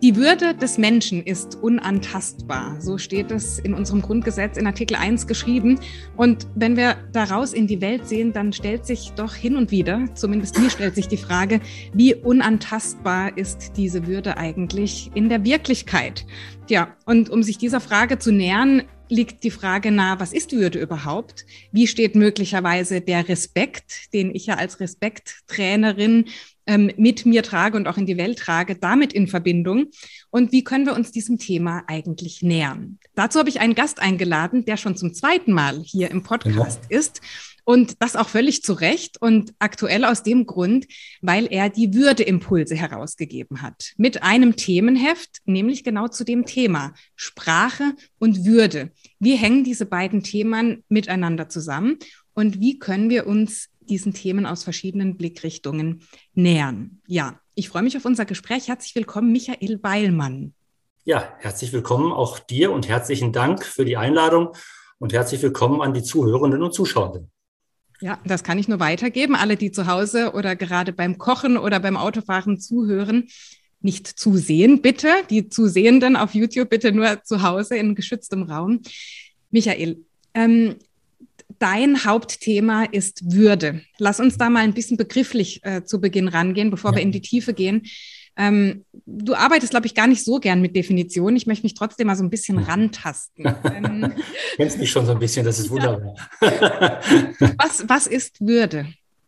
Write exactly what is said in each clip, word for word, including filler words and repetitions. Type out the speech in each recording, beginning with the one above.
Die Würde des Menschen ist unantastbar. So steht es in unserem Grundgesetz in Artikel eins geschrieben. Und wenn wir daraus in die Welt sehen, dann stellt sich doch hin und wieder, zumindest mir stellt sich die Frage, wie unantastbar ist diese Würde eigentlich in der Wirklichkeit? Ja, und um sich dieser Frage zu nähern, liegt die Frage nahe, was ist Würde überhaupt? Wie steht möglicherweise der Respekt, den ich ja als Respekttrainerin ähm, mit mir trage und auch in die Welt trage, damit in Verbindung? Und wie können wir uns diesem Thema eigentlich nähern? Dazu habe ich einen Gast eingeladen, der schon zum zweiten Mal hier im Podcast ja. ist. Und das auch völlig zu Recht und aktuell aus dem Grund, weil er die Würdeimpulse herausgegeben hat. Mit einem Themenheft, nämlich genau zu dem Thema Sprache und Würde. Wie hängen diese beiden Themen miteinander zusammen und wie können wir uns diesen Themen aus verschiedenen Blickrichtungen nähern? Ja, ich freue mich auf unser Gespräch. Herzlich willkommen, Michael Weilmann. Ja, herzlich willkommen auch dir und herzlichen Dank für die Einladung und herzlich willkommen an die Zuhörenden und Zuschauenden. Ja, das kann ich nur weitergeben. Alle, die zu Hause oder gerade beim Kochen oder beim Autofahren zuhören, nicht zusehen, bitte. Die Zusehenden auf YouTube bitte nur zu Hause in geschütztem Raum. Michael, ähm, dein Hauptthema ist Würde. Lass uns da mal ein bisschen begrifflich äh, zu Beginn rangehen, bevor ja. wir in die Tiefe gehen. Ähm, du arbeitest, glaube ich, gar nicht so gern mit Definitionen. Ich möchte mich trotzdem mal so ein bisschen rantasten. ähm, Kennst mich schon so ein bisschen, das ist wunderbar. Ja. was, was ist Würde?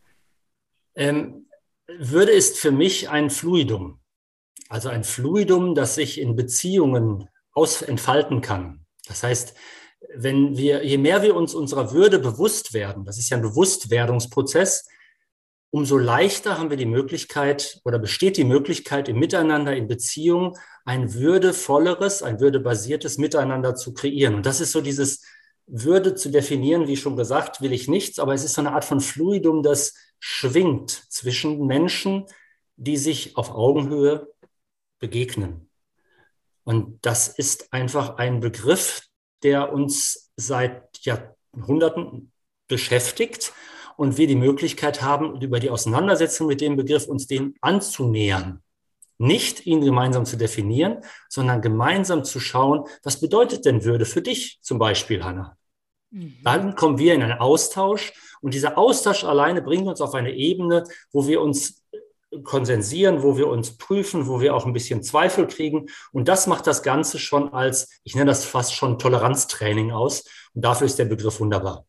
Ähm, Würde ist für mich ein Fluidum. Also ein Fluidum, das sich in Beziehungen aus entfalten kann. Das heißt, wenn wir, je mehr wir uns unserer Würde bewusst werden, das ist ja ein Bewusstwerdungsprozess, umso leichter haben wir die Möglichkeit oder besteht die Möglichkeit, im Miteinander, in Beziehung ein würdevolleres, ein würdebasiertes Miteinander zu kreieren. Und das ist so dieses Würde zu definieren, wie schon gesagt, will ich nichts, aber es ist so eine Art von Fluidum, das schwingt zwischen Menschen, die sich auf Augenhöhe begegnen. Und das ist einfach ein Begriff, der uns seit Jahrhunderten beschäftigt und wir die Möglichkeit haben, über die Auseinandersetzung mit dem Begriff uns dem anzunähern. Nicht ihn gemeinsam zu definieren, sondern gemeinsam zu schauen, was bedeutet denn Würde für dich zum Beispiel, Hanna? Mhm. Dann kommen wir in einen Austausch und dieser Austausch alleine bringt uns auf eine Ebene, wo wir uns konsensieren, wo wir uns prüfen, wo wir auch ein bisschen Zweifel kriegen. Und das macht das Ganze schon als, ich nenne das fast schon Toleranztraining aus. Und dafür ist der Begriff wunderbar.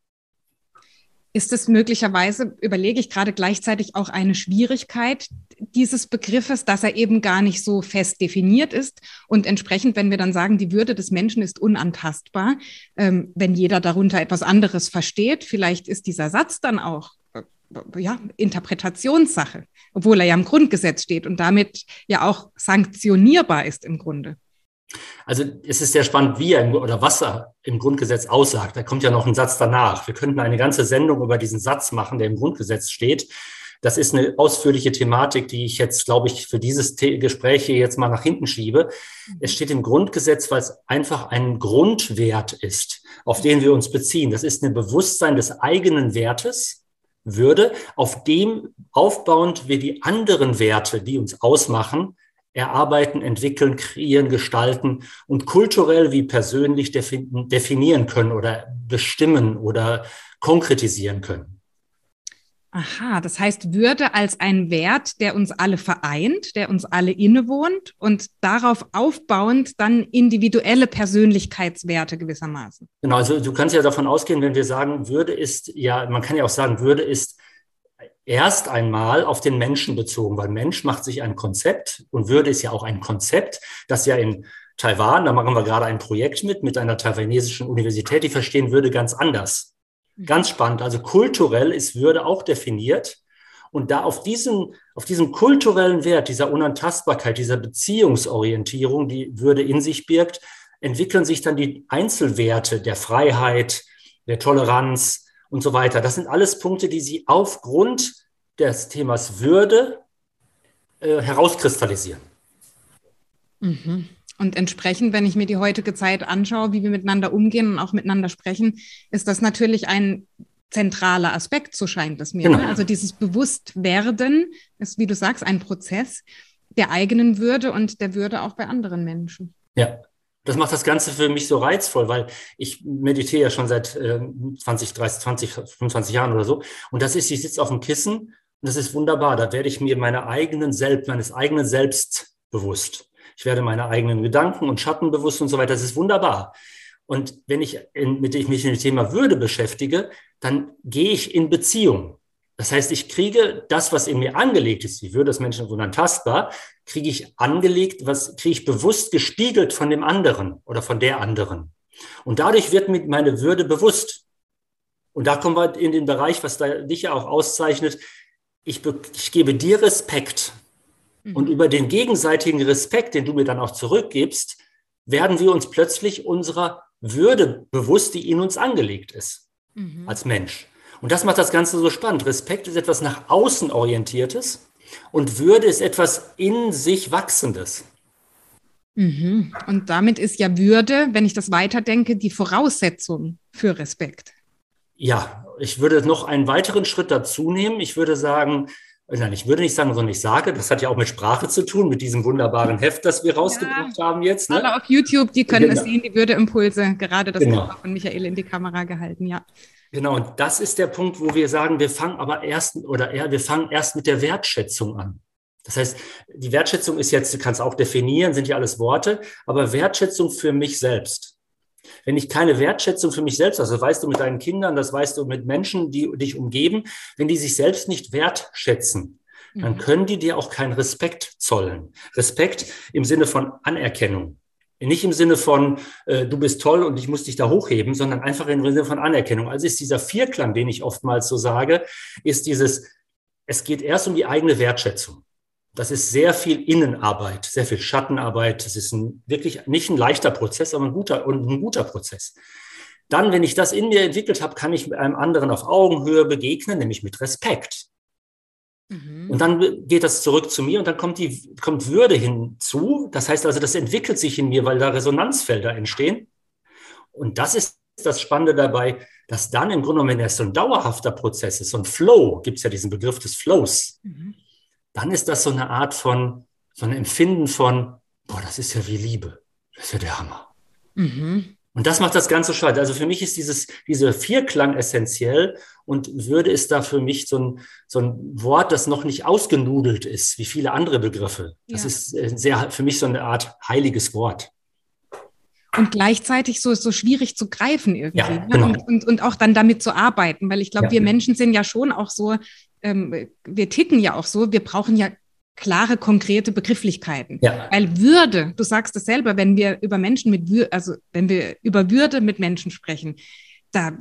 Ist es möglicherweise, überlege ich gerade gleichzeitig auch eine Schwierigkeit dieses Begriffes, dass er eben gar nicht so fest definiert ist und entsprechend, wenn wir dann sagen, die Würde des Menschen ist unantastbar, ähm, wenn jeder darunter etwas anderes versteht, vielleicht ist dieser Satz dann auch äh, ja, Interpretationssache, obwohl er ja im Grundgesetz steht und damit ja auch sanktionierbar ist im Grunde. Also es ist sehr spannend, wie er im, oder was er im Grundgesetz aussagt. Da kommt ja noch ein Satz danach. Wir könnten eine ganze Sendung über diesen Satz machen, der im Grundgesetz steht. Das ist eine ausführliche Thematik, die ich jetzt, glaube ich, für dieses The- Gespräch hier jetzt mal nach hinten schiebe. Es steht im Grundgesetz, weil es einfach ein Grundwert ist, auf den wir uns beziehen. Das ist ein Bewusstsein des eigenen Wertes, Würde, auf dem aufbauend wir die anderen Werte, die uns ausmachen, erarbeiten, entwickeln, kreieren, gestalten und kulturell wie persönlich definieren können oder bestimmen oder konkretisieren können. Aha, das heißt Würde als ein Wert, der uns alle vereint, der uns alle innewohnt und darauf aufbauend dann individuelle Persönlichkeitswerte gewissermaßen. Genau, also du kannst ja davon ausgehen, wenn wir sagen, Würde ist, ja, man kann ja auch sagen, Würde ist erst einmal auf den Menschen bezogen, weil Mensch macht sich ein Konzept und Würde ist ja auch ein Konzept, das ja in Taiwan, da machen wir gerade ein Projekt mit, mit einer taiwanesischen Universität, die verstehen Würde ganz anders. Ganz spannend, also kulturell ist Würde auch definiert und da auf diesen, auf diesem kulturellen Wert, dieser Unantastbarkeit, dieser Beziehungsorientierung, die Würde in sich birgt, entwickeln sich dann die Einzelwerte der Freiheit, der Toleranz und so weiter. Das sind alles Punkte, die Sie aufgrund des Themas Würde äh, herauskristallisieren. Mhm. Und entsprechend, wenn ich mir die heutige Zeit anschaue, wie wir miteinander umgehen und auch miteinander sprechen, ist das natürlich ein zentraler Aspekt, so scheint es mir. Genau. Ne? Also dieses Bewusstwerden ist, wie du sagst, ein Prozess. der eigenen Würde und der Würde auch bei anderen Menschen. Ja, das macht das Ganze für mich so reizvoll, weil ich meditiere ja schon seit äh, zwanzig, dreißig, zwanzig, fünfundzwanzig Jahren oder so. Und das ist, ich sitze auf dem Kissen und das ist wunderbar. Da werde ich mir meiner eigenen Selbst, meines eigenen Selbst bewusst. Ich werde meine eigenen Gedanken und Schatten bewusst und so weiter. Das ist wunderbar. Und wenn ich in, mit, ich mich mit dem Thema Würde beschäftige, dann gehe ich in Beziehung. Das heißt, ich kriege das, was in mir angelegt ist, die Würde des Menschen ist unantastbar, kriege ich angelegt, was kriege ich bewusst gespiegelt von dem anderen oder von der anderen. Und dadurch wird mir meine Würde bewusst. Und da kommen wir in den Bereich, was da dich ja auch auszeichnet. Ich, be, ich gebe dir Respekt. Mhm. Und über den gegenseitigen Respekt, den du mir dann auch zurückgibst, werden wir uns plötzlich unserer Würde bewusst, die in uns angelegt ist, mhm. als Mensch. Und das macht das Ganze so spannend. Respekt ist etwas nach außen orientiertes und Würde ist etwas in sich Wachsendes. Mhm. Und damit ist ja Würde, wenn ich das weiterdenke, die Voraussetzung für Respekt. Ja, ich würde noch einen weiteren Schritt dazu nehmen. Ich würde sagen, nein, ich würde nicht sagen, sondern ich sage, das hat ja auch mit Sprache zu tun, mit diesem wunderbaren Heft, das wir rausgebracht ja, haben jetzt. Ne? Alle auf YouTube, die können genau. es sehen, die Würdeimpulse, gerade das genau. von Michael in die Kamera gehalten, ja. Genau, und das ist der Punkt, wo wir sagen, wir fangen aber erst, oder eher, wir fangen erst mit der Wertschätzung an. Das heißt, die Wertschätzung ist jetzt, du kannst auch definieren, sind ja alles Worte, aber Wertschätzung für mich selbst. Wenn ich keine Wertschätzung für mich selbst, also das weißt du mit deinen Kindern, das weißt du mit Menschen, die dich umgeben, wenn die sich selbst nicht wertschätzen, mhm. dann können die dir auch keinen Respekt zollen. Respekt im Sinne von Anerkennung. Nicht im Sinne von, äh, du bist toll und ich muss dich da hochheben, sondern einfach im Sinne von Anerkennung. Also ist dieser Vierklang, den ich oftmals so sage, ist dieses, es geht erst um die eigene Wertschätzung. Das ist sehr viel Innenarbeit, sehr viel Schattenarbeit. Das ist ein, wirklich nicht ein leichter Prozess, aber ein guter, und ein guter Prozess. Dann, wenn ich das in mir entwickelt habe, kann ich mit einem anderen auf Augenhöhe begegnen, nämlich mit Respekt. Und dann geht das zurück zu mir und dann kommt die kommt Würde hinzu. Das heißt also, das entwickelt sich in mir, weil da Resonanzfelder entstehen. Und das ist das Spannende dabei, dass dann im Grunde genommen, wenn das so ein dauerhafter Prozess ist, so ein Flow, gibt es ja diesen Begriff des Flows, mhm. dann ist das so eine Art von, so ein Empfinden von, boah, das ist ja wie Liebe. Das ist ja der Hammer. Mhm. Und das macht das Ganze spannend. Also für mich ist dieses, dieser Vierklang essentiell und Würde ist da für mich so ein, so ein Wort, das noch nicht ausgenudelt ist, wie viele andere Begriffe. Das ja. ist sehr, für mich so eine Art heiliges Wort. Und gleichzeitig so, so schwierig zu greifen irgendwie. Ja, genau. und, und, und auch dann damit zu arbeiten, weil ich glaube, ja. wir Menschen sind ja schon auch so, ähm, wir ticken ja auch so, wir brauchen ja klare, konkrete Begrifflichkeiten. Ja. Weil Würde, du sagst es selber, wenn wir über Menschen mit Würde, also wenn wir über Würde mit Menschen sprechen, da,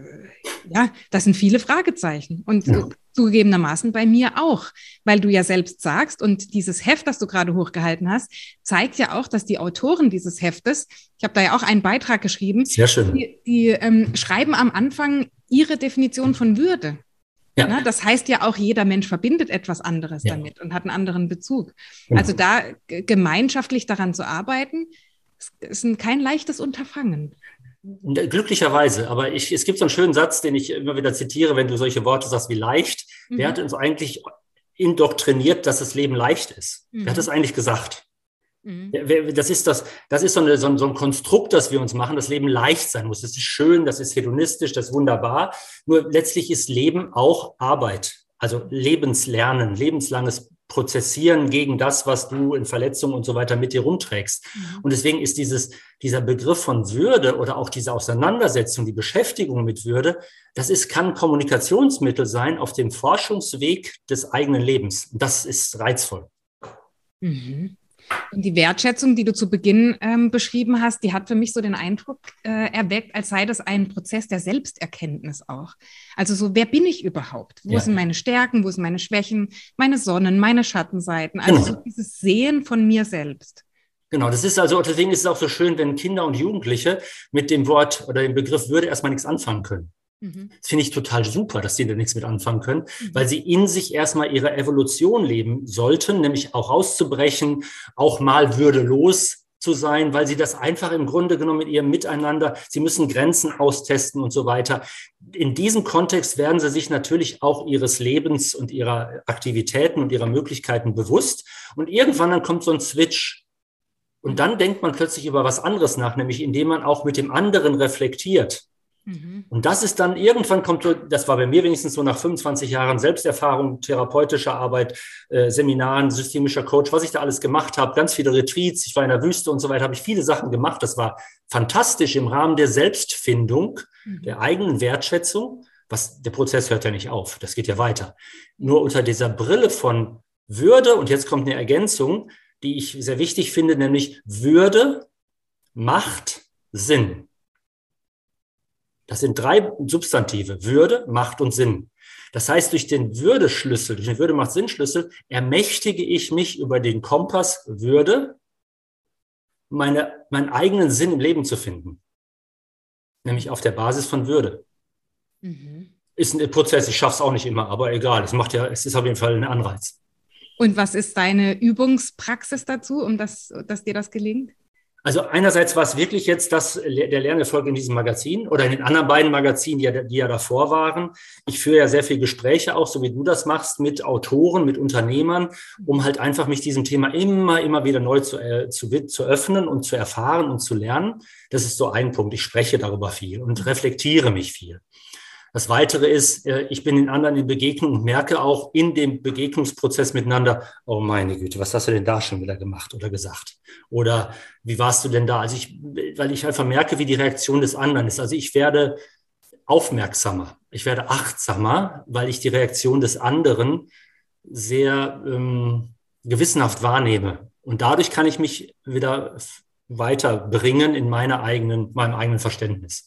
ja, das sind viele Fragezeichen. Und ja. zugegebenermaßen bei mir auch, weil du ja selbst sagst, und dieses Heft, das du gerade hochgehalten hast, zeigt ja auch, dass die Autoren dieses Heftes, ich habe da ja auch einen Beitrag geschrieben, sehr schön. die, die ähm, schreiben am Anfang ihre Definition von Würde. Ja. Na, das heißt ja auch, jeder Mensch verbindet etwas anderes ja. damit und hat einen anderen Bezug. Genau. Also da g- gemeinschaftlich daran zu arbeiten, ist ein, kein leichtes Unterfangen. Glücklicherweise, aber ich, es gibt so einen schönen Satz, den ich immer wieder zitiere, wenn du solche Worte sagst wie leicht. Mhm. Wer hat uns eigentlich indoktriniert, dass das Leben leicht ist? Mhm. Wer hat das eigentlich gesagt? Mhm. Das ist, das, das ist so, eine, so, ein, so ein Konstrukt, das wir uns machen, dass Leben leicht sein muss. Das ist schön, das ist hedonistisch, das ist wunderbar. Nur letztlich ist Leben auch Arbeit, also Lebenslernen, lebenslanges Prozessieren gegen das, was du in Verletzungen und so weiter mit dir rumträgst. Mhm. Und deswegen ist dieses, dieser Begriff von Würde oder auch diese Auseinandersetzung, die Beschäftigung mit Würde, das ist, kann ein Kommunikationsmittel sein auf dem Forschungsweg des eigenen Lebens. Und das ist reizvoll. Mhm. Und die Wertschätzung, die du zu Beginn ähm, beschrieben hast, die hat für mich so den Eindruck äh, erweckt, als sei das ein Prozess der Selbsterkenntnis auch. Also so, wer bin ich überhaupt? Wo ja. sind meine Stärken, wo sind meine Schwächen, meine Sonnen, meine Schattenseiten? Also genau. so dieses Sehen von mir selbst. Genau, das ist also, deswegen ist es auch so schön, wenn Kinder und Jugendliche mit dem Wort oder dem Begriff Würde erstmal nichts anfangen können. Das finde ich total super, dass die da nichts mit anfangen können, mhm. weil sie in sich erstmal ihre Evolution leben sollten, nämlich auch rauszubrechen, auch mal würdelos zu sein, weil sie das einfach im Grunde genommen mit ihrem Miteinander, sie müssen Grenzen austesten und so weiter. In diesem Kontext werden sie sich natürlich auch ihres Lebens und ihrer Aktivitäten und ihrer Möglichkeiten bewusst. Und irgendwann dann kommt so ein Switch. Und dann denkt man plötzlich über was anderes nach, nämlich indem man auch mit dem anderen reflektiert. Mhm. Und das ist dann, irgendwann kommt, das war bei mir wenigstens so nach fünfundzwanzig Jahren Selbsterfahrung, therapeutischer Arbeit, äh, Seminaren, systemischer Coach, was ich da alles gemacht habe, ganz viele Retreats, ich war in der Wüste und so weiter, habe ich viele Sachen gemacht. Das war fantastisch im Rahmen der Selbstfindung, mhm. der eigenen Wertschätzung. Was, der Prozess hört ja nicht auf, das geht ja weiter. Nur unter dieser Brille von Würde, und jetzt kommt eine Ergänzung, die ich sehr wichtig finde, nämlich Würde, Macht, Sinn. Das sind drei Substantive, Würde, Macht und Sinn. Das heißt, durch den Würdeschlüssel, durch den Würde-Macht-Sinn-Schlüssel ermächtige ich mich über den Kompass Würde, meine, meinen eigenen Sinn im Leben zu finden. Nämlich auf der Basis von Würde. Mhm. Ist ein Prozess, ich schaffe es auch nicht immer, aber egal, es macht ja, es ist auf jeden Fall ein Anreiz. Und was ist deine Übungspraxis dazu, um das, dass dir das gelingt? Also einerseits war es wirklich jetzt das, der Lernerfolg in diesem Magazin oder in den anderen beiden Magazinen, die ja, die ja davor waren. Ich führe ja sehr viele Gespräche auch, so wie du das machst, mit Autoren, mit Unternehmern, um halt einfach mich diesem Thema immer, immer wieder neu zu, äh, zu, zu öffnen und zu erfahren und zu lernen. Das ist so ein Punkt. Ich spreche darüber viel und reflektiere mich viel. Das Weitere ist, ich bin in anderen in Begegnung und merke auch in dem Begegnungsprozess miteinander, oh meine Güte, was hast du denn da schon wieder gemacht oder gesagt? Oder wie warst du denn da? Also ich, weil ich einfach merke, wie die Reaktion des anderen ist. Also ich werde aufmerksamer, ich werde achtsamer, weil ich die Reaktion des anderen sehr ähm, gewissenhaft wahrnehme. Und dadurch kann ich mich wieder weiterbringen in meiner eigenen, meinem eigenen Verständnis.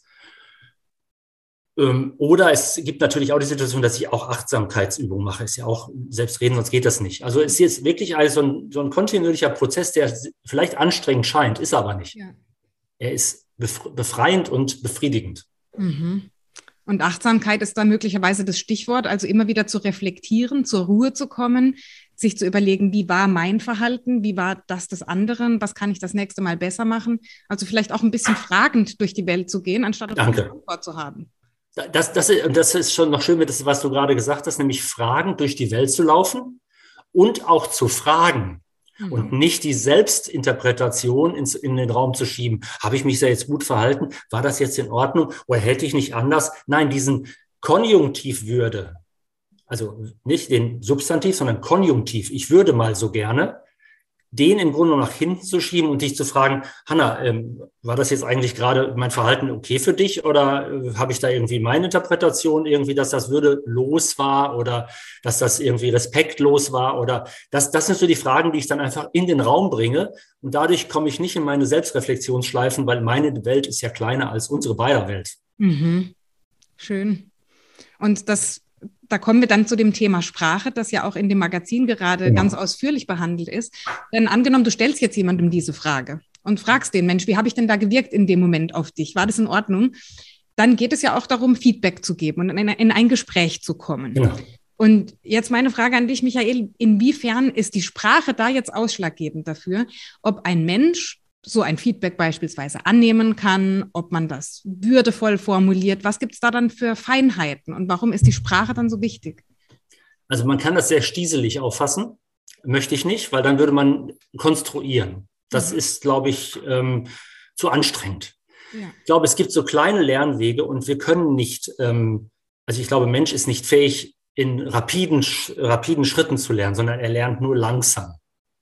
Oder es gibt natürlich auch die Situation, dass ich auch Achtsamkeitsübungen mache. Ist ja auch selbstreden, sonst geht das nicht. Also es ist jetzt wirklich also so, ein, so ein kontinuierlicher Prozess, der vielleicht anstrengend scheint, ist aber nicht. Ja. Er ist befreiend und befriedigend. Mhm. Und Achtsamkeit ist da möglicherweise das Stichwort, also immer wieder zu reflektieren, zur Ruhe zu kommen, sich zu überlegen, wie war mein Verhalten, wie war das des anderen, was kann ich das nächste Mal besser machen. Also vielleicht auch ein bisschen fragend durch die Welt zu gehen, anstatt eine Antwort zu haben. Das, das, das ist schon noch schön, was du gerade gesagt hast, nämlich fragend durch die Welt zu laufen und auch zu fragen mhm. und nicht die Selbstinterpretation ins, in den Raum zu schieben. Habe ich mich da jetzt gut verhalten? War das jetzt in Ordnung? Oder hätte ich nicht anders? Nein, diesen Konjunktiv würde, also nicht den Substantiv, sondern Konjunktiv, ich würde mal so gerne, den im Grunde nach hinten zu schieben und dich zu fragen, Hanna, ähm, war das jetzt eigentlich gerade mein Verhalten okay für dich oder äh, habe ich da irgendwie meine Interpretation irgendwie, dass das würdelos war oder dass das irgendwie respektlos war oder das, das sind so die Fragen, die ich dann einfach in den Raum bringe und dadurch komme ich nicht in meine Selbstreflexionsschleifen, weil meine Welt ist ja kleiner als unsere beider Welt. Mhm. Schön. Und das Da kommen wir dann zu dem Thema Sprache, das ja auch in dem Magazin gerade genau. ganz ausführlich behandelt ist. Denn angenommen, du stellst jetzt jemandem diese Frage und fragst den, Mensch, wie habe ich denn da gewirkt in dem Moment auf dich? War das in Ordnung? Dann geht es ja auch darum, Feedback zu geben und in, in ein Gespräch zu kommen. Genau. Und jetzt meine Frage an dich, Michael, inwiefern ist die Sprache da jetzt ausschlaggebend dafür, ob ein Mensch so ein Feedback beispielsweise annehmen kann, ob man das würdevoll formuliert. Was gibt es da dann für Feinheiten und warum ist die Sprache dann so wichtig? Also man kann das sehr stieselig auffassen, möchte ich nicht, weil dann würde man konstruieren. Das mhm. ist, glaube ich, ähm, zu anstrengend. Ja. Ich glaube, es gibt so kleine Lernwege und wir können nicht, ähm, also ich glaube, Mensch ist nicht fähig, in rapiden, rapiden Schritten zu lernen, sondern er lernt nur langsam.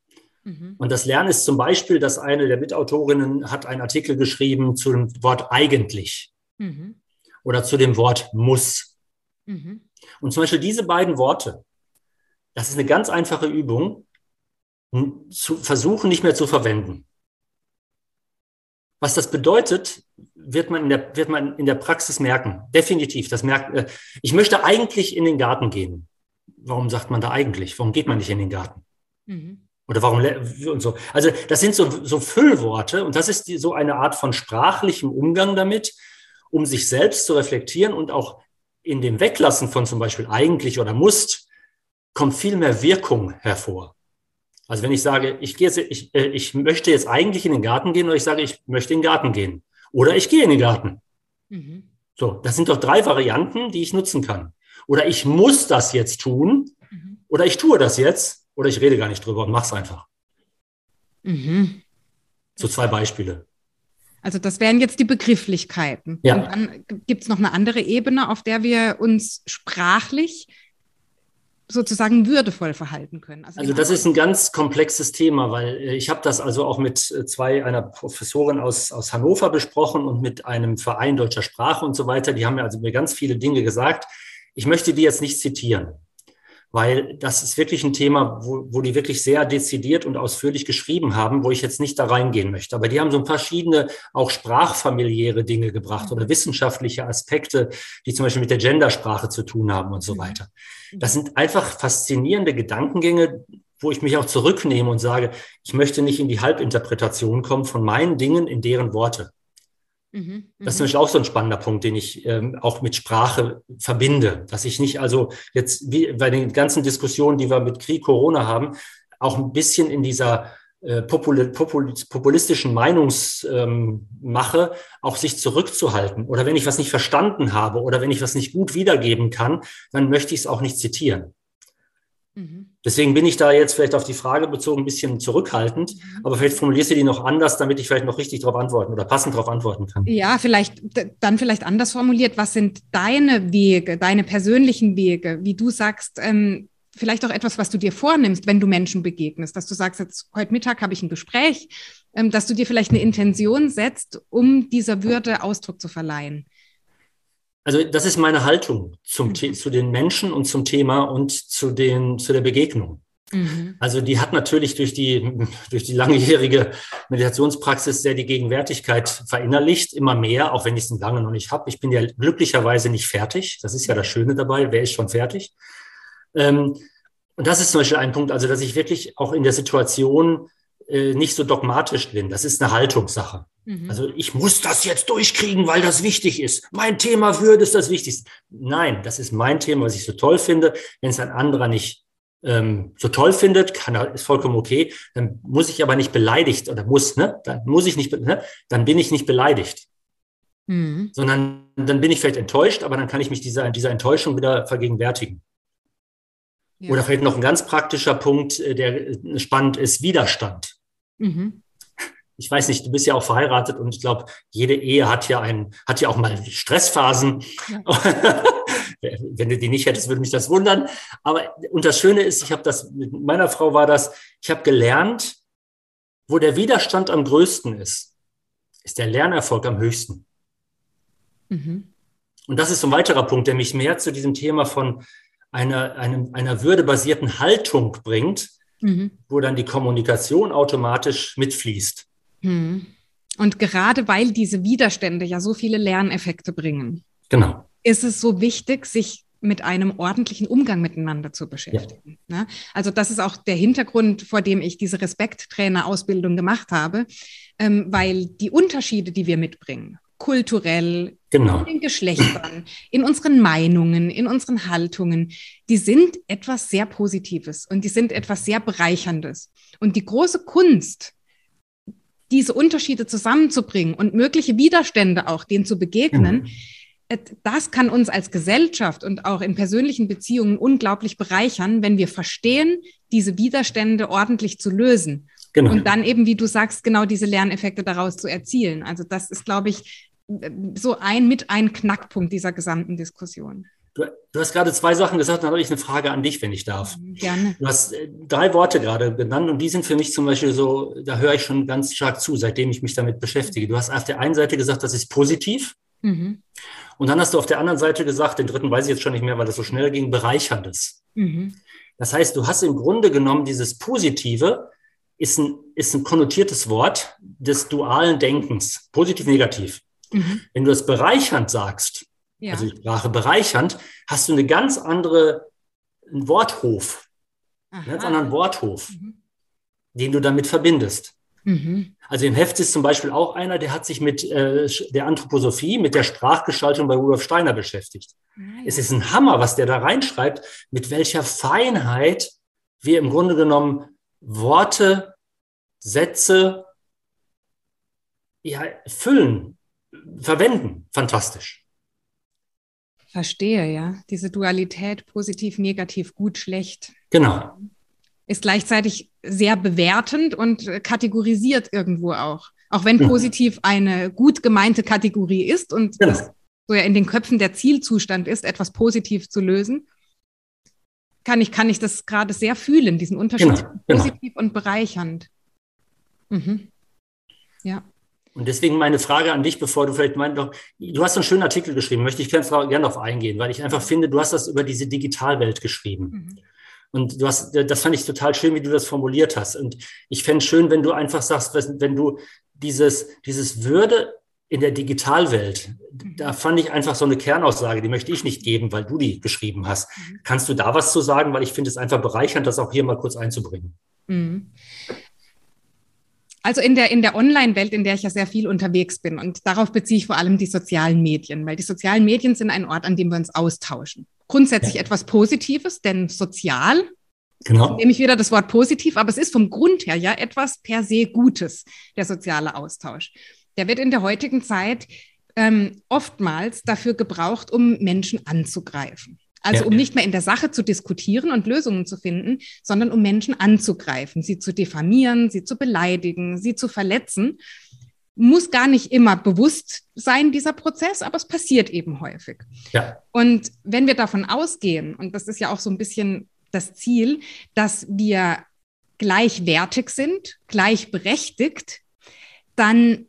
Und das Lernen ist zum Beispiel, dass eine der Mitautorinnen hat einen Artikel geschrieben zu dem Wort eigentlich mhm. oder zu dem Wort muss. Mhm. Und zum Beispiel diese beiden Worte, das ist eine ganz einfache Übung, zu versuchen, nicht mehr zu verwenden. Was das bedeutet, wird man in der, wird man in der Praxis merken. Definitiv. Das merkt, ich möchte eigentlich in den Garten gehen. Warum sagt man da eigentlich? Warum geht man nicht in den Garten? Mhm. Oder warum und so. Also das sind so, so Füllworte und das ist die, so eine Art von sprachlichem Umgang damit, um sich selbst zu reflektieren und auch in dem Weglassen von zum Beispiel eigentlich oder muss, kommt viel mehr Wirkung hervor. Also wenn ich sage, ich, gehe jetzt, ich, äh, ich möchte jetzt eigentlich in den Garten gehen oder ich sage, ich möchte in den Garten gehen. Oder ich gehe in den Garten. Mhm. So, das sind doch drei Varianten, die ich nutzen kann. Oder ich muss das jetzt tun. Mhm. Oder ich tue das jetzt. Oder ich rede gar nicht drüber und mache es einfach. Mhm. So zwei Beispiele. Also das wären jetzt die Begrifflichkeiten. Ja. Und dann gibt es noch eine andere Ebene, auf der wir uns sprachlich sozusagen würdevoll verhalten können. Also, also das ist ein ganz komplexes Thema, weil ich habe das also auch mit zwei, einer Professorin aus, aus Hannover besprochen und mit einem Verein deutscher Sprache und so weiter. Die haben mir also mir ganz viele Dinge gesagt. Ich möchte die jetzt nicht zitieren, weil das ist wirklich ein Thema, wo, wo die wirklich sehr dezidiert und ausführlich geschrieben haben, wo ich jetzt nicht da reingehen möchte. Aber die haben so verschiedene auch sprachfamiliäre Dinge gebracht oder wissenschaftliche Aspekte, die zum Beispiel mit der Gendersprache zu tun haben und so weiter. Das sind einfach faszinierende Gedankengänge, wo ich mich auch zurücknehme und sage, ich möchte nicht in die Halbinterpretation kommen von meinen Dingen in deren Worte. Mhm, das ist nämlich auch so ein spannender Punkt, den ich ähm, auch mit Sprache verbinde, dass ich nicht also jetzt wie bei den ganzen Diskussionen, die wir mit Krieg, Corona haben, auch ein bisschen in dieser äh, popul popul populistischen Meinungsmache ähm, auch sich zurückzuhalten. Oder wenn ich was nicht verstanden habe oder wenn ich was nicht gut wiedergeben kann, dann möchte ich es auch nicht zitieren. Mhm. Deswegen bin ich da jetzt vielleicht auf die Frage bezogen ein bisschen zurückhaltend, aber vielleicht formulierst du die noch anders, damit ich vielleicht noch richtig darauf antworten oder passend darauf antworten kann. Ja, vielleicht dann vielleicht anders formuliert. Was sind deine Wege, deine persönlichen Wege, wie du sagst, ähm, vielleicht auch etwas, was du dir vornimmst, wenn du Menschen begegnest, dass du sagst, jetzt heute Mittag habe ich ein Gespräch, ähm, dass du dir vielleicht eine Intention setzt, um dieser Würde Ausdruck zu verleihen. Also das ist meine Haltung zum mhm. zu den Menschen und zum Thema und zu den zu der Begegnung. Mhm. Also die hat natürlich durch die durch die langjährige Meditationspraxis sehr die Gegenwärtigkeit verinnerlicht, immer mehr, auch wenn ich es lange noch nicht habe. Ich bin ja glücklicherweise nicht fertig. Das ist ja das Schöne dabei. Wer ist schon fertig? Ähm, und das ist zum Beispiel ein Punkt, also dass ich wirklich auch in der Situation äh, nicht so dogmatisch bin. Das ist eine Haltungssache. Mhm. Also ich muss das jetzt durchkriegen, weil das wichtig ist. Mein Thema Würde ist das Wichtigste. Nein, das ist mein Thema, was ich so toll finde. Wenn es ein anderer nicht ähm, so toll findet, kann er, ist vollkommen okay. Dann muss ich aber nicht beleidigt oder muss, ne? Dann muss ich nicht, ne? Dann bin ich nicht beleidigt. Mhm. Sondern dann bin ich vielleicht enttäuscht, aber dann kann ich mich dieser, dieser Enttäuschung wieder vergegenwärtigen. Ja. Oder vielleicht noch ein ganz praktischer Punkt, der spannend ist, Widerstand. Mhm. Ich weiß nicht, du bist ja auch verheiratet und ich glaube, jede Ehe hat ja ein, hat ja auch mal Stressphasen. Ja. Wenn du die nicht hättest, würde mich das wundern. Aber und das Schöne ist, ich habe das, mit meiner Frau war das, ich habe gelernt, wo der Widerstand am größten ist, ist der Lernerfolg am höchsten. Mhm. Und das ist so ein weiterer Punkt, der mich mehr zu diesem Thema von einer, einem, einer würdebasierten Haltung bringt, mhm. wo dann die Kommunikation automatisch mitfließt. Und gerade weil diese Widerstände ja so viele Lerneffekte bringen, genau. ist es so wichtig, sich mit einem ordentlichen Umgang miteinander zu beschäftigen. Ja. Ne? Also das ist auch der Hintergrund, vor dem ich diese Respekttrainer-Ausbildung gemacht habe, ähm, weil die Unterschiede, die wir mitbringen, kulturell, genau. in den Geschlechtern, in unseren Meinungen, in unseren Haltungen, die sind etwas sehr Positives und die sind etwas sehr Bereicherndes. Und die große Kunst, diese Unterschiede zusammenzubringen und mögliche Widerstände auch, denen zu begegnen, mhm. das kann uns als Gesellschaft und auch in persönlichen Beziehungen unglaublich bereichern, wenn wir verstehen, diese Widerstände ordentlich zu lösen. Genau. Und dann eben, wie du sagst, genau diese Lerneffekte daraus zu erzielen. Also das ist, glaube ich, so ein mit ein Knackpunkt dieser gesamten Diskussion. Du, du hast gerade zwei Sachen gesagt, dann habe ich eine Frage an dich, wenn ich darf. Gerne. Du hast drei Worte gerade genannt und die sind für mich zum Beispiel so, da höre ich schon ganz stark zu, seitdem ich mich damit beschäftige. Du hast auf der einen Seite gesagt, das ist positiv. Mhm. Und dann hast du auf der anderen Seite gesagt, den dritten weiß ich jetzt schon nicht mehr, weil das so schnell ging, bereicherndes. Mhm. Das heißt, du hast im Grunde genommen dieses Positive, ist ein, ist ein konnotiertes Wort des dualen Denkens, positiv, negativ. Mhm. Wenn du es bereichernd sagst, ja. also die Sprache bereichernd, hast du eine ganz andere einen Worthof, Aha. einen ganz anderen Worthof, mhm. den du damit verbindest. Mhm. Also im Heft ist zum Beispiel auch einer, der hat sich mit äh, der Anthroposophie, mit der Sprachgestaltung bei Rudolf Steiner beschäftigt. Ah, ja. Es ist ein Hammer, was der da reinschreibt, mit welcher Feinheit wir im Grunde genommen Worte, Sätze, ja, füllen, verwenden. Fantastisch. Verstehe, ja. Diese Dualität, positiv, negativ, gut, schlecht. Genau. Ist gleichzeitig sehr bewertend und kategorisiert irgendwo auch. Auch wenn positiv eine gut gemeinte Kategorie ist und genau. das so ja in den Köpfen der Zielzustand ist, etwas positiv zu lösen, kann ich, kann ich das gerade sehr fühlen, diesen Unterschied genau. zwischen positiv genau. und bereichernd. Mhm. Ja. Und deswegen meine Frage an dich, bevor du vielleicht meinst, du hast einen schönen Artikel geschrieben, möchte ich gerne darauf eingehen, weil ich einfach finde, du hast das über diese Digitalwelt geschrieben. Mhm. Und du hast, das fand ich total schön, wie du das formuliert hast. Und ich fände es schön, wenn du einfach sagst, wenn du dieses, dieses Würde in der Digitalwelt, mhm. da fand ich einfach so eine Kernaussage, die möchte ich nicht geben, weil du die geschrieben hast. Mhm. Kannst du da was zu sagen? Weil ich finde es einfach bereichernd, das auch hier mal kurz einzubringen. Mhm. Also in der, in der Online-Welt, in der ich ja sehr viel unterwegs bin, und darauf beziehe ich vor allem die sozialen Medien, weil die sozialen Medien sind ein Ort, an dem wir uns austauschen. Grundsätzlich ja. etwas Positives, denn sozial, genau. nehme ich wieder das Wort positiv, aber es ist vom Grund her ja etwas per se Gutes, der soziale Austausch. Der wird in der heutigen Zeit ähm, oftmals dafür gebraucht, um Menschen anzugreifen. Also ja. um nicht mehr in der Sache zu diskutieren und Lösungen zu finden, sondern um Menschen anzugreifen, sie zu diffamieren, sie zu beleidigen, sie zu verletzen. Muss gar nicht immer bewusst sein, dieser Prozess, aber es passiert eben häufig. Ja. Und wenn wir davon ausgehen, und das ist ja auch so ein bisschen das Ziel, dass wir gleichwertig sind, gleichberechtigt, dann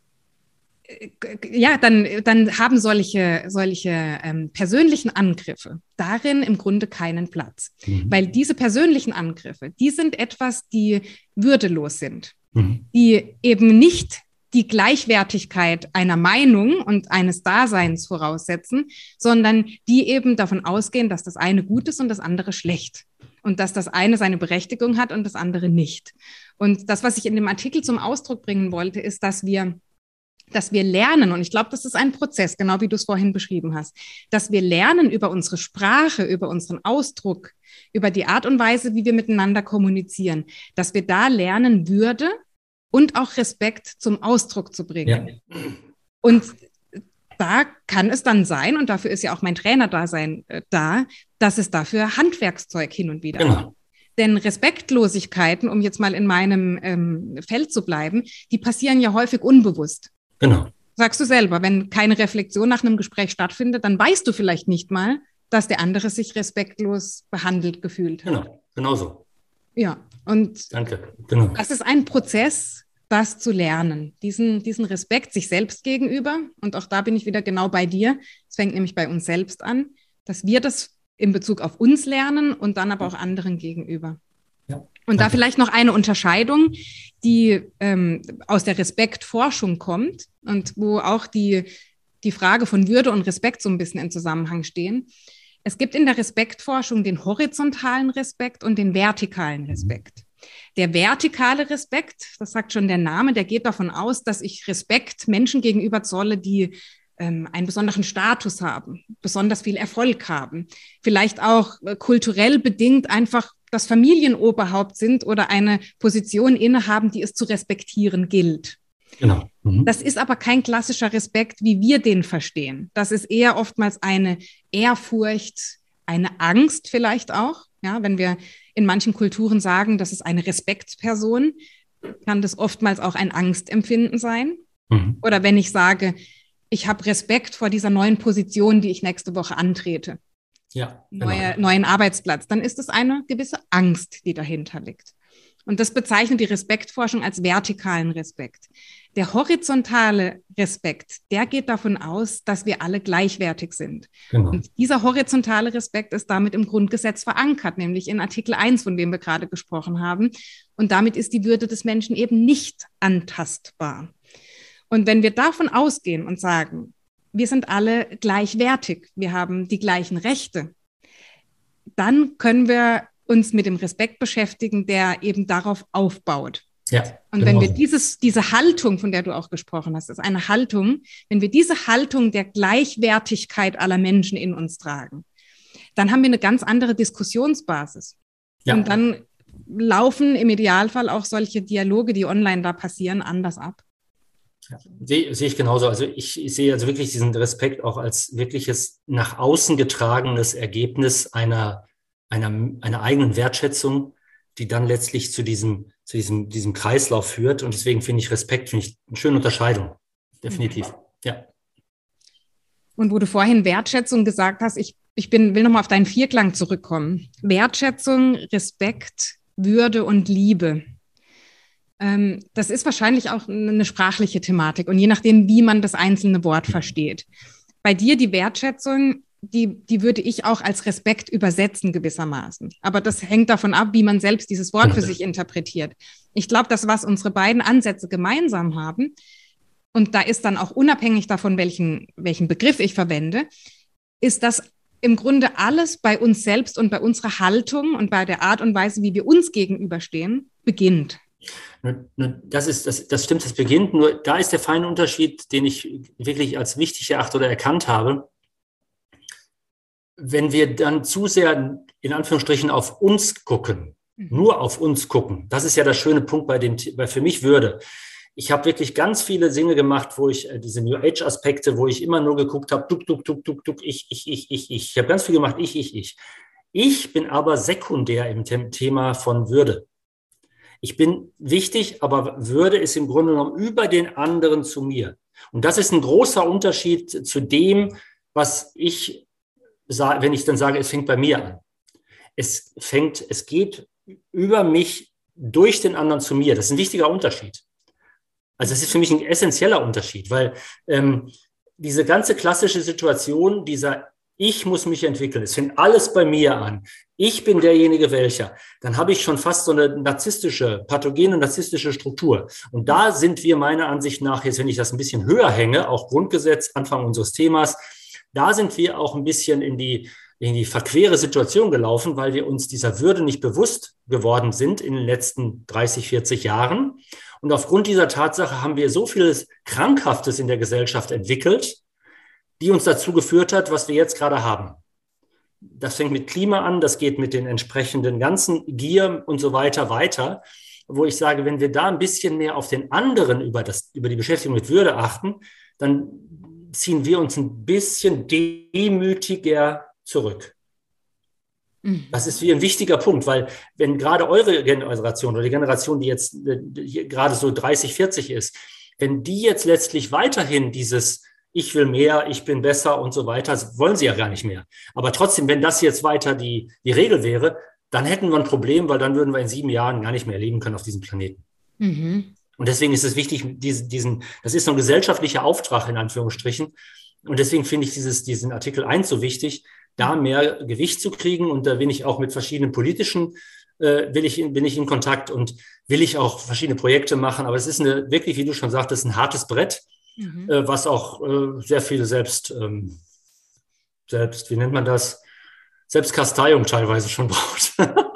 ja, dann, dann haben solche, solche ähm, persönlichen Angriffe darin im Grunde keinen Platz. Mhm. Weil diese persönlichen Angriffe, die sind etwas, die würdelos sind, mhm. die eben nicht die Gleichwertigkeit einer Meinung und eines Daseins voraussetzen, sondern die eben davon ausgehen, dass das eine gut ist und das andere schlecht. Und dass das eine seine Berechtigung hat und das andere nicht. Und das, was ich in dem Artikel zum Ausdruck bringen wollte, ist, dass wir dass wir lernen, und ich glaube, das ist ein Prozess, genau wie du es vorhin beschrieben hast, dass wir lernen über unsere Sprache, über unseren Ausdruck, über die Art und Weise, wie wir miteinander kommunizieren, dass wir da lernen, Würde und auch Respekt zum Ausdruck zu bringen. Ja. Und da kann es dann sein, und dafür ist ja auch mein Trainerdasein äh, da, dass es dafür Handwerkszeug hin und wieder genau. gibt. Denn Respektlosigkeiten, um jetzt mal in meinem ähm, Feld zu bleiben, die passieren ja häufig unbewusst. Genau. Sagst du selber, wenn keine Reflexion nach einem Gespräch stattfindet, dann weißt du vielleicht nicht mal, dass der andere sich respektlos behandelt gefühlt hat. Genau, genau so. Ja, und Danke. Genau. Das ist ein Prozess, das zu lernen, diesen, diesen Respekt sich selbst gegenüber. Und auch da bin ich wieder genau bei dir. Es fängt nämlich bei uns selbst an, dass wir das in Bezug auf uns lernen und dann aber auch anderen gegenüber. Ja. Und da vielleicht noch eine Unterscheidung, die ähm, aus der Respektforschung kommt und wo auch die, die Frage von Würde und Respekt so ein bisschen im Zusammenhang stehen. Es gibt in der Respektforschung den horizontalen Respekt und den vertikalen Respekt. Der vertikale Respekt, das sagt schon der Name, der geht davon aus, dass ich Respekt Menschen gegenüber zolle, die ähm, einen besonderen Status haben, besonders viel Erfolg haben, vielleicht auch äh, kulturell bedingt einfach das Familienoberhaupt sind oder eine Position innehaben, die es zu respektieren gilt. Genau. Mhm. Das ist aber kein klassischer Respekt, wie wir den verstehen. Das ist eher oftmals eine Ehrfurcht, eine Angst vielleicht auch. Ja, wenn wir in manchen Kulturen sagen, das ist eine Respektsperson, kann das oftmals auch ein Angstempfinden sein. Mhm. Oder wenn ich sage, ich habe Respekt vor dieser neuen Position, die ich nächste Woche antrete. Ja, genau. Neue, neuen Arbeitsplatz, dann ist es eine gewisse Angst, die dahinter liegt. Und das bezeichnet die Respektforschung als vertikalen Respekt. Der horizontale Respekt, der geht davon aus, dass wir alle gleichwertig sind. Genau. Und dieser horizontale Respekt ist damit im Grundgesetz verankert, nämlich in Artikel eins, von dem wir gerade gesprochen haben. Und damit ist die Würde des Menschen eben nicht antastbar. Und wenn wir davon ausgehen und sagen, wir sind alle gleichwertig, wir haben die gleichen Rechte, dann können wir uns mit dem Respekt beschäftigen, der eben darauf aufbaut. Ja, und genau. wenn wir dieses, diese Haltung, von der du auch gesprochen hast, ist eine Haltung, wenn wir diese Haltung der Gleichwertigkeit aller Menschen in uns tragen, dann haben wir eine ganz andere Diskussionsbasis. Ja. Und dann laufen im Idealfall auch solche Dialoge, die online da passieren, anders ab? Ja, sehe, sehe ich genauso. Also ich, ich sehe also wirklich diesen Respekt auch als wirkliches nach außen getragenes Ergebnis einer, einer, einer eigenen Wertschätzung, die dann letztlich zu diesem, zu diesem, diesem Kreislauf führt. Und deswegen finde ich Respekt, finde ich eine schöne Unterscheidung. Definitiv. Ja. Und wo du vorhin Wertschätzung gesagt hast, ich, ich bin, will nochmal auf deinen Vierklang zurückkommen. Wertschätzung, Respekt, Würde und Liebe. Ähm, das ist wahrscheinlich auch eine sprachliche Thematik und je nachdem, wie man das einzelne Wort versteht. Bei dir die Wertschätzung, die, die würde ich auch als Respekt übersetzen gewissermaßen. Aber das hängt davon ab, wie man selbst dieses Wort für sich interpretiert. Ich glaube, das, was unsere beiden Ansätze gemeinsam haben, und da ist dann auch unabhängig davon, welchen, welchen Begriff ich verwende, ist, dass im Grunde alles bei uns selbst und bei unserer Haltung und bei der Art und Weise, wie wir uns gegenüberstehen, beginnt. Das ist, das, das stimmt, das beginnt. Nur da ist der feine Unterschied, den ich wirklich als wichtig erachte oder erkannt habe. Wenn wir dann zu sehr in Anführungsstrichen auf uns gucken, mhm. nur auf uns gucken, das ist ja der schöne Punkt bei dem, bei für mich Würde. Ich habe wirklich ganz viele Dinge gemacht, wo ich äh, diese New Age-Aspekte, wo ich immer nur geguckt habe, duck, duck, duck, duck, duck, ich, ich, ich, ich, ich. Ich habe ganz viel gemacht, ich, ich, ich. Ich bin aber sekundär im Thema von Würde. Ich bin wichtig, aber Würde ist im Grunde genommen über den anderen zu mir. Und das ist ein großer Unterschied zu dem, was ich sage, wenn ich dann sage, es fängt bei mir an. Es fängt, es geht über mich durch den anderen zu mir. Das ist ein wichtiger Unterschied. Also das ist für mich ein essentieller Unterschied, weil ähm, diese ganze klassische Situation, dieser Ich muss mich entwickeln, es fängt alles bei mir an, ich bin derjenige welcher, dann habe ich schon fast so eine narzisstische, pathogene narzisstische Struktur. Und da sind wir meiner Ansicht nach, jetzt wenn ich das ein bisschen höher hänge, auch Grundgesetz, Anfang unseres Themas, da sind wir auch ein bisschen in die, in die verquere Situation gelaufen, weil wir uns dieser Würde nicht bewusst geworden sind in den letzten dreißig, vierzig Jahren. Und aufgrund dieser Tatsache haben wir so vieles Krankhaftes in der Gesellschaft entwickelt, die uns dazu geführt hat, was wir jetzt gerade haben. Das fängt mit Klima an, das geht mit den entsprechenden ganzen Gier und so weiter weiter, wo ich sage, wenn wir da ein bisschen mehr auf den anderen über, das, über die Beschäftigung mit Würde achten, dann ziehen wir uns ein bisschen demütiger zurück. Das ist wie ein wichtiger Punkt, weil wenn gerade eure Generation oder die Generation, die jetzt die gerade so dreißig, vierzig ist, wenn die jetzt letztlich weiterhin dieses Ich will mehr, ich bin besser und so weiter, das wollen sie ja gar nicht mehr. Aber trotzdem, wenn das jetzt weiter die, die Regel wäre, dann hätten wir ein Problem, weil dann würden wir in sieben Jahren gar nicht mehr leben können auf diesem Planeten. Mhm. Und deswegen ist es wichtig, diesen, diesen, das ist so ein gesellschaftlicher Auftrag in Anführungsstrichen. Und deswegen finde ich dieses, diesen Artikel eins so wichtig, da mehr Gewicht zu kriegen. Und da bin ich auch mit verschiedenen politischen, äh, will ich, bin ich in Kontakt und will ich auch verschiedene Projekte machen. Aber es ist eine, wirklich, wie du schon sagtest, ein hartes Brett, mhm. äh, was auch äh, sehr viel selbst, ähm, selbst, wie nennt man das? Selbstkasteiung teilweise schon braucht.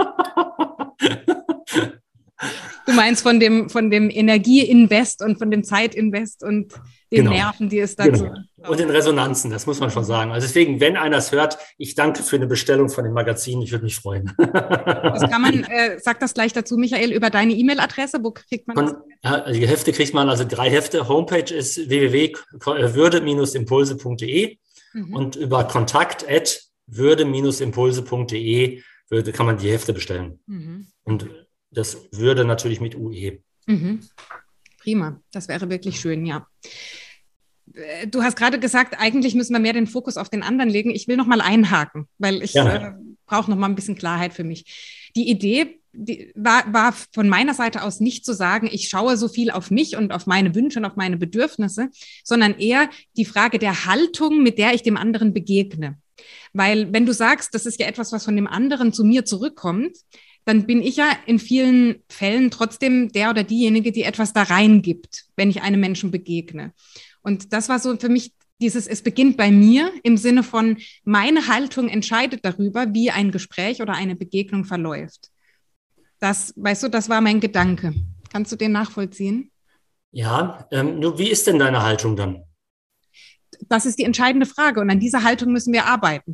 Du meinst von dem, von dem Energieinvest und von dem Zeitinvest und den genau. Nerven, die es dazu genau. Und den Resonanzen, das muss man schon sagen. Also deswegen, wenn einer es hört, ich danke für eine Bestellung von dem Magazin, ich würde mich freuen. Das kann man, äh, sag das gleich dazu, Michael, über deine E-Mail-Adresse, wo kriegt man von, das? Ja, die Hefte kriegt man, also drei Hefte, Homepage ist w w w punkt würde impulse punkt d e mhm. und über kontakt at würde impulse punkt d e würde, kann man die Hefte bestellen. Mhm. Und das würde natürlich mit U E. Mhm. Prima, das wäre wirklich schön, ja. Du hast gerade gesagt, eigentlich müssen wir mehr den Fokus auf den anderen legen. Ich will noch mal einhaken, weil ich ja. äh, brauche noch mal ein bisschen Klarheit für mich. Die Idee die war, war von meiner Seite aus nicht zu sagen, ich schaue so viel auf mich und auf meine Wünsche und auf meine Bedürfnisse, sondern eher die Frage der Haltung, mit der ich dem anderen begegne. Weil wenn du sagst, das ist ja etwas, was von dem anderen zu mir zurückkommt, dann bin ich ja in vielen Fällen trotzdem der oder diejenige, die etwas da reingibt, wenn ich einem Menschen begegne. Und das war so für mich dieses, es beginnt bei mir im Sinne von, meine Haltung entscheidet darüber, wie ein Gespräch oder eine Begegnung verläuft. Das, weißt du, das war mein Gedanke. Kannst du den nachvollziehen? Ja, ähm, nur wie ist denn deine Haltung dann? Das ist die entscheidende Frage und an dieser Haltung müssen wir arbeiten. Das ist die entscheidende Frage und an dieser Haltung müssen wir arbeiten.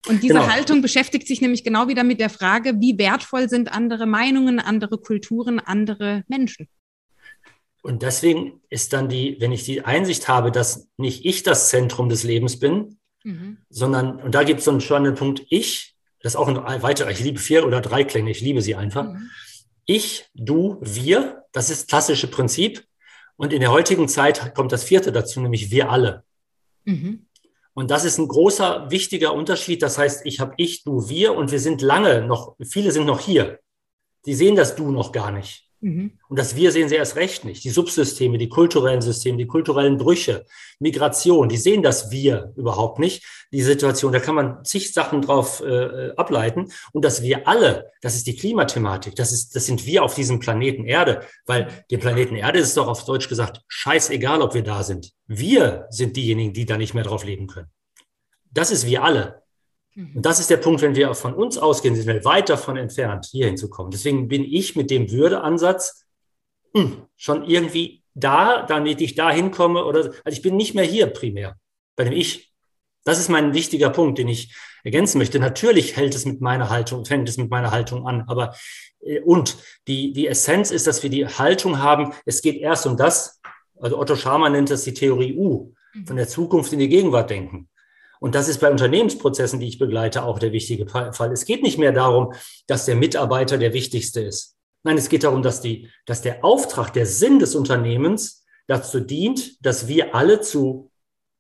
Und diese Genau. Haltung beschäftigt sich nämlich genau wieder mit der Frage, wie wertvoll sind andere Meinungen, andere Kulturen, andere Menschen. Und deswegen ist dann die, wenn ich die Einsicht habe, dass nicht ich das Zentrum des Lebens bin, mhm. sondern, und da gibt es so einen spannenden Punkt, ich, das ist auch ein weiterer, ich liebe vier oder drei Klänge, ich liebe sie einfach. Mhm. Ich, du, wir, das ist das klassische Prinzip. Und in der heutigen Zeit kommt das vierte dazu, nämlich wir alle. Mhm. Und das ist ein großer, wichtiger Unterschied. Das heißt, ich habe ich, du, wir und wir sind lange noch, viele sind noch hier. Die sehen das Du noch gar nicht. Mhm. Und das Wir sehen sie erst recht nicht. Die Subsysteme, die kulturellen Systeme, die kulturellen Brüche, Migration, die sehen das Wir überhaupt nicht. Die Situation, da kann man zig Sachen drauf äh, ableiten. Und das Wir alle, das ist die Klimathematik. Das ist, das sind wir auf diesem Planeten Erde. Weil dem Planeten Erde ist doch auf Deutsch gesagt, scheißegal, ob wir da sind. Wir sind diejenigen, die da nicht mehr drauf leben können. Das ist wir alle. Und das ist der Punkt, wenn wir von uns ausgehen, sind wir weit davon entfernt, hier hinzukommen. Deswegen bin ich mit dem Würdeansatz mh, schon irgendwie da, damit ich da hinkomme. Oder, also ich bin nicht mehr hier primär, bei dem Ich. Das ist mein wichtiger Punkt, den ich ergänzen möchte. Natürlich hält es mit meiner Haltung, fängt es mit meiner Haltung an. Aber äh, und die, die Essenz ist, dass wir die Haltung haben, es geht erst um das, also Otto Scharmer nennt das die Theorie U, von der Zukunft in die Gegenwart denken. Und das ist bei Unternehmensprozessen, die ich begleite, auch der wichtige Fall. Es geht nicht mehr darum, dass der Mitarbeiter der Wichtigste ist. Nein, es geht darum, dass, die, dass der Auftrag, der Sinn des Unternehmens dazu dient, dass wir alle zu,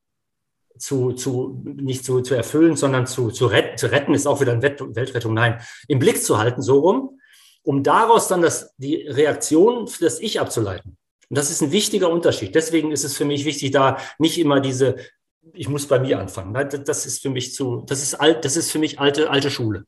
zu, zu nicht zu, zu erfüllen, sondern zu, zu, retten, zu retten, ist auch wieder eine Weltrettung, nein, im Blick zu halten, so rum, um daraus dann das, die Reaktion für das Ich abzuleiten. Und das ist ein wichtiger Unterschied. Deswegen ist es für mich wichtig, da nicht immer diese ich muss bei mir anfangen. Das ist für mich zu, das ist alt, das ist für mich alte, alte Schule.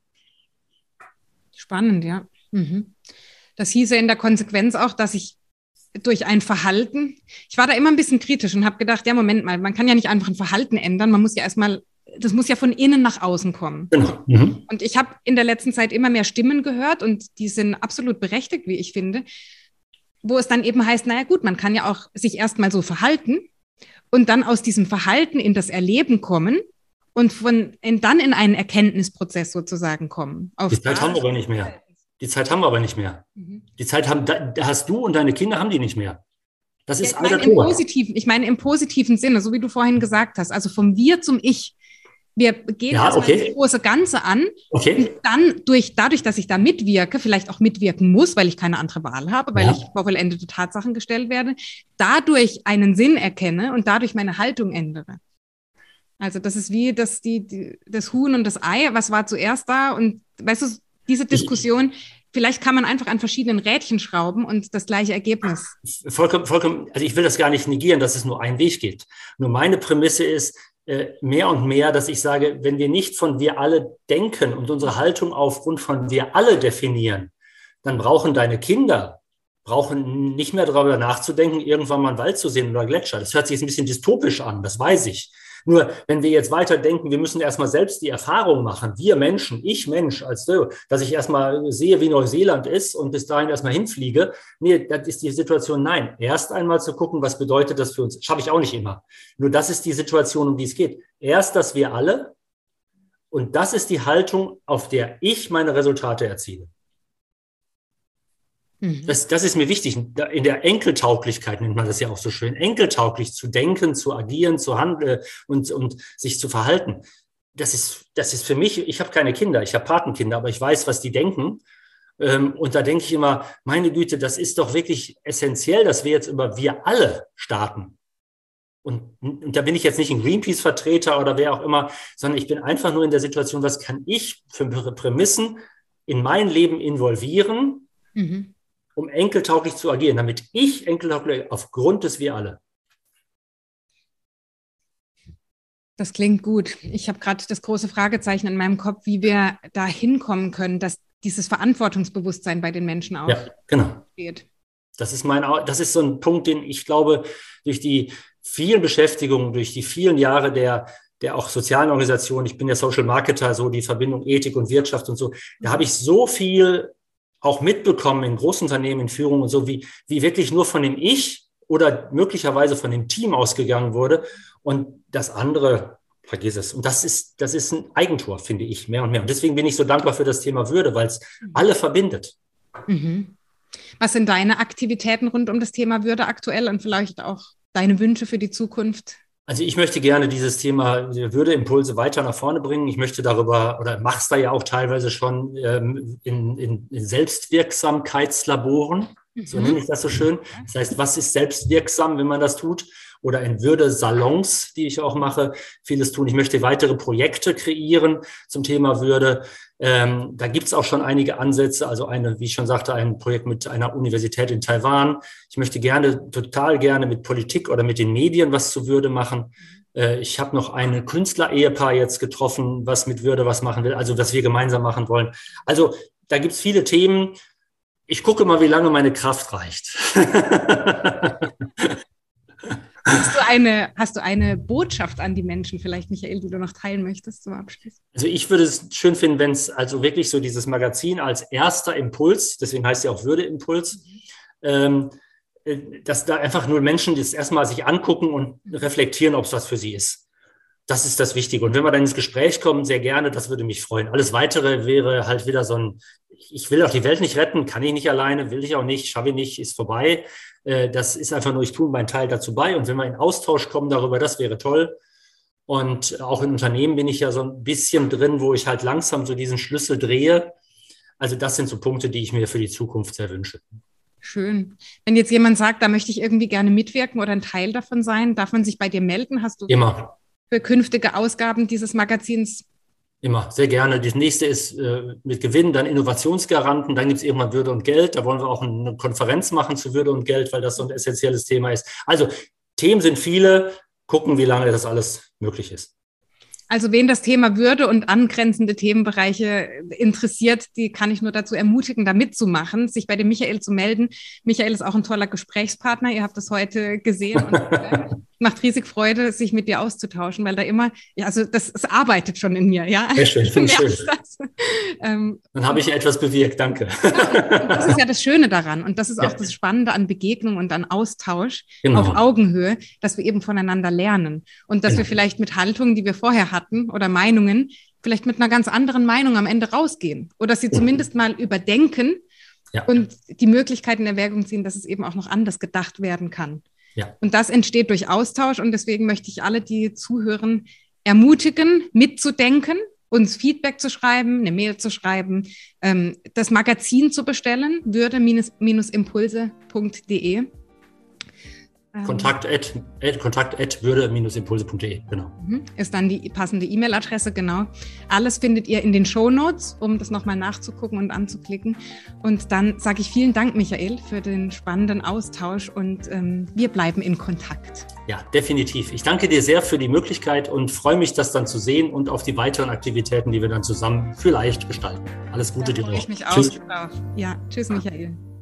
Spannend, ja. Mhm. Das hieße in der Konsequenz auch, dass ich durch ein Verhalten, ich war da immer ein bisschen kritisch und habe gedacht, ja, Moment mal, man kann ja nicht einfach ein Verhalten ändern, man muss ja erstmal, das muss ja von innen nach außen kommen. Genau. Mhm. Und ich habe in der letzten Zeit immer mehr Stimmen gehört und die sind absolut berechtigt, wie ich finde, wo es dann eben heißt, naja gut, man kann ja auch sich erstmal so verhalten, und dann aus diesem Verhalten in das Erleben kommen und von, in, dann in einen Erkenntnisprozess sozusagen kommen. Auf die Zeit haben wir aber nicht mehr. Die Zeit haben wir aber nicht mehr. Mhm. Die Zeit haben, da hast du und deine Kinder haben die nicht mehr. Das ist ja, ich meine im positiven, ich meine im positiven Sinne, so wie du vorhin gesagt hast, also vom Wir zum Ich. Wir gehen ja, erstmal okay. das große Ganze an okay. und dann durch, dadurch, dass ich da mitwirke, vielleicht auch mitwirken muss, weil ich keine andere Wahl habe, weil ja. ich vor vollendete Tatsachen gestellt werde, dadurch einen Sinn erkenne und dadurch meine Haltung ändere. Also das ist wie das, die, die, das Huhn und das Ei, was war zuerst da? Und weißt du, diese Diskussion, ich, vielleicht kann man einfach an verschiedenen Rädchen schrauben und das gleiche Ergebnis. Vollkommen, vollkommen, also ich will das gar nicht negieren, dass es nur einen Weg gibt. Nur meine Prämisse ist, mehr und mehr, dass ich sage, wenn wir nicht von wir alle denken und unsere Haltung aufgrund von wir alle definieren, dann brauchen deine Kinder, brauchen nicht mehr darüber nachzudenken, irgendwann mal einen Wald zu sehen oder Gletscher. Das hört sich jetzt ein bisschen dystopisch an, das weiß ich. Nur, wenn wir jetzt weiter denken, wir müssen erstmal selbst die Erfahrung machen, wir Menschen, ich Mensch, als so, dass ich erstmal sehe, wie Neuseeland ist und bis dahin erstmal hinfliege. Nee, das ist die Situation. Nein, erst einmal zu gucken, was bedeutet das für uns. Schaffe ich auch nicht immer. Nur das ist die Situation, um die es geht. Erst, dass wir alle, und das ist die Haltung, auf der ich meine Resultate erziele. Das, das ist mir wichtig. In der Enkeltauglichkeit nennt man das ja auch so schön. Enkeltauglich zu denken, zu agieren, zu handeln und, und sich zu verhalten. Das ist, das ist für mich, ich habe keine Kinder, ich habe Patenkinder, aber ich weiß, was die denken. Und da denke ich immer, meine Güte, das ist doch wirklich essentiell, dass wir jetzt über wir alle starten. Und, und da bin ich jetzt nicht ein Greenpeace-Vertreter oder wer auch immer, sondern ich bin einfach nur in der Situation, was kann ich für Prämissen in mein Leben involvieren, mhm. um enkeltauglich zu agieren, damit ich enkeltauglich aufgrund des wir alle. Das klingt gut. Ich habe gerade das große Fragezeichen in meinem Kopf, wie wir da hinkommen können, dass dieses Verantwortungsbewusstsein bei den Menschen auch ja, genau. steht. Das ist mein, das ist so ein Punkt, den ich glaube, durch die vielen Beschäftigungen, durch die vielen Jahre der, der auch sozialen Organisationen, ich bin ja Social Marketer, so die Verbindung Ethik und Wirtschaft und so, da habe ich so viel auch mitbekommen in Großunternehmen, in Führung und so, wie, wie wirklich nur von dem Ich oder möglicherweise von dem Team ausgegangen wurde und das andere vergiss es. Und das ist, das ist ein Eigentor, finde ich, mehr und mehr. Und deswegen bin ich so dankbar für das Thema Würde, weil es alle verbindet. Mhm. Was sind deine Aktivitäten rund um das Thema Würde aktuell und vielleicht auch deine Wünsche für die Zukunft? Also ich möchte gerne dieses Thema Würdeimpulse weiter nach vorne bringen. Ich möchte darüber, oder mach's da ja auch teilweise schon, ähm, in, in, in Selbstwirksamkeitslaboren, mhm. so nenne ich das so schön. Das heißt, was ist selbstwirksam, wenn man das tut? Oder in Würde-Salons, die ich auch mache, vieles tun. Ich möchte weitere Projekte kreieren zum Thema Würde. Ähm, da gibt es auch schon einige Ansätze, also eine, wie ich schon sagte, ein Projekt mit einer Universität in Taiwan. Ich möchte gerne, total gerne mit Politik oder mit den Medien was zu Würde machen. Äh, ich habe noch ein Künstler-Ehepaar jetzt getroffen, was mit Würde was machen will, also was wir gemeinsam machen wollen. Also da gibt es viele Themen. Ich gucke mal, wie lange meine Kraft reicht. Hast du eine, hast du eine Botschaft an die Menschen vielleicht, Michael, die du noch teilen möchtest zum Abschluss? Also ich würde es schön finden, wenn es also wirklich so dieses Magazin als erster Impuls, deswegen heißt es ja auch Würdeimpuls, ähm, dass da einfach nur Menschen das erstmal sich angucken und reflektieren, ob es was für sie ist. Das ist das Wichtige. Und wenn wir dann ins Gespräch kommen, sehr gerne, das würde mich freuen. Alles Weitere wäre halt wieder so ein, ich will auch die Welt nicht retten, kann ich nicht alleine, will ich auch nicht, schaffe ich nicht, ist vorbei. Das ist einfach nur, ich tue meinen Teil dazu bei. Und wenn wir in Austausch kommen darüber, das wäre toll. Und auch in Unternehmen bin ich ja so ein bisschen drin, wo ich halt langsam so diesen Schlüssel drehe. Also das sind so Punkte, die ich mir für die Zukunft sehr wünsche. Schön. Wenn jetzt jemand sagt, da möchte ich irgendwie gerne mitwirken oder ein Teil davon sein, darf man sich bei dir melden? Hast du immer für künftige Ausgaben dieses Magazins? Immer, sehr gerne. Das nächste ist äh, mit Gewinn, dann Innovationsgaranten, dann gibt es irgendwann Würde und Geld. Da wollen wir auch eine Konferenz machen zu Würde und Geld, weil das so ein essentielles Thema ist. Also Themen sind viele, gucken, wie lange das alles möglich ist. Also wen das Thema Würde und angrenzende Themenbereiche interessiert, die kann ich nur dazu ermutigen, da mitzumachen, sich bei dem Michael zu melden. Michael ist auch ein toller Gesprächspartner. Ihr habt das heute gesehen und äh, macht riesig Freude, sich mit dir auszutauschen, weil da immer, ja, also das, das arbeitet schon in mir, ja. Sehr schön, finde ich schön. Ähm, Dann habe ich ja etwas bewirkt, danke. Ja, das ist ja das Schöne daran und das ist auch ja. das Spannende an Begegnung und an Austausch genau. auf Augenhöhe, dass wir eben voneinander lernen und dass genau. wir vielleicht mit Haltungen, die wir vorher hatten oder Meinungen, vielleicht mit einer ganz anderen Meinung am Ende rausgehen oder sie zumindest mal überdenken ja. und die Möglichkeit in Erwägung ziehen, dass es eben auch noch anders gedacht werden kann. Ja. Und das entsteht durch Austausch und deswegen möchte ich alle, die zuhören, ermutigen, mitzudenken, uns Feedback zu schreiben, eine Mail zu schreiben, ähm, das Magazin zu bestellen, würde-impulse punkt de. Kontakt at, at, kontakt at würde-impulse punkt de, genau. Ist dann die passende E-Mail-Adresse, genau. Alles findet ihr in den Shownotes, um das nochmal nachzugucken und anzuklicken. Und dann sage ich vielen Dank, Michael, für den spannenden Austausch und ähm, wir bleiben in Kontakt. Ja, definitiv. Ich danke dir sehr für die Möglichkeit und freue mich, das dann zu sehen und auf die weiteren Aktivitäten, die wir dann zusammen vielleicht gestalten. Alles Gute da dir noch. Ich mich tschüss. Auch. Ja, tschüss, Michael.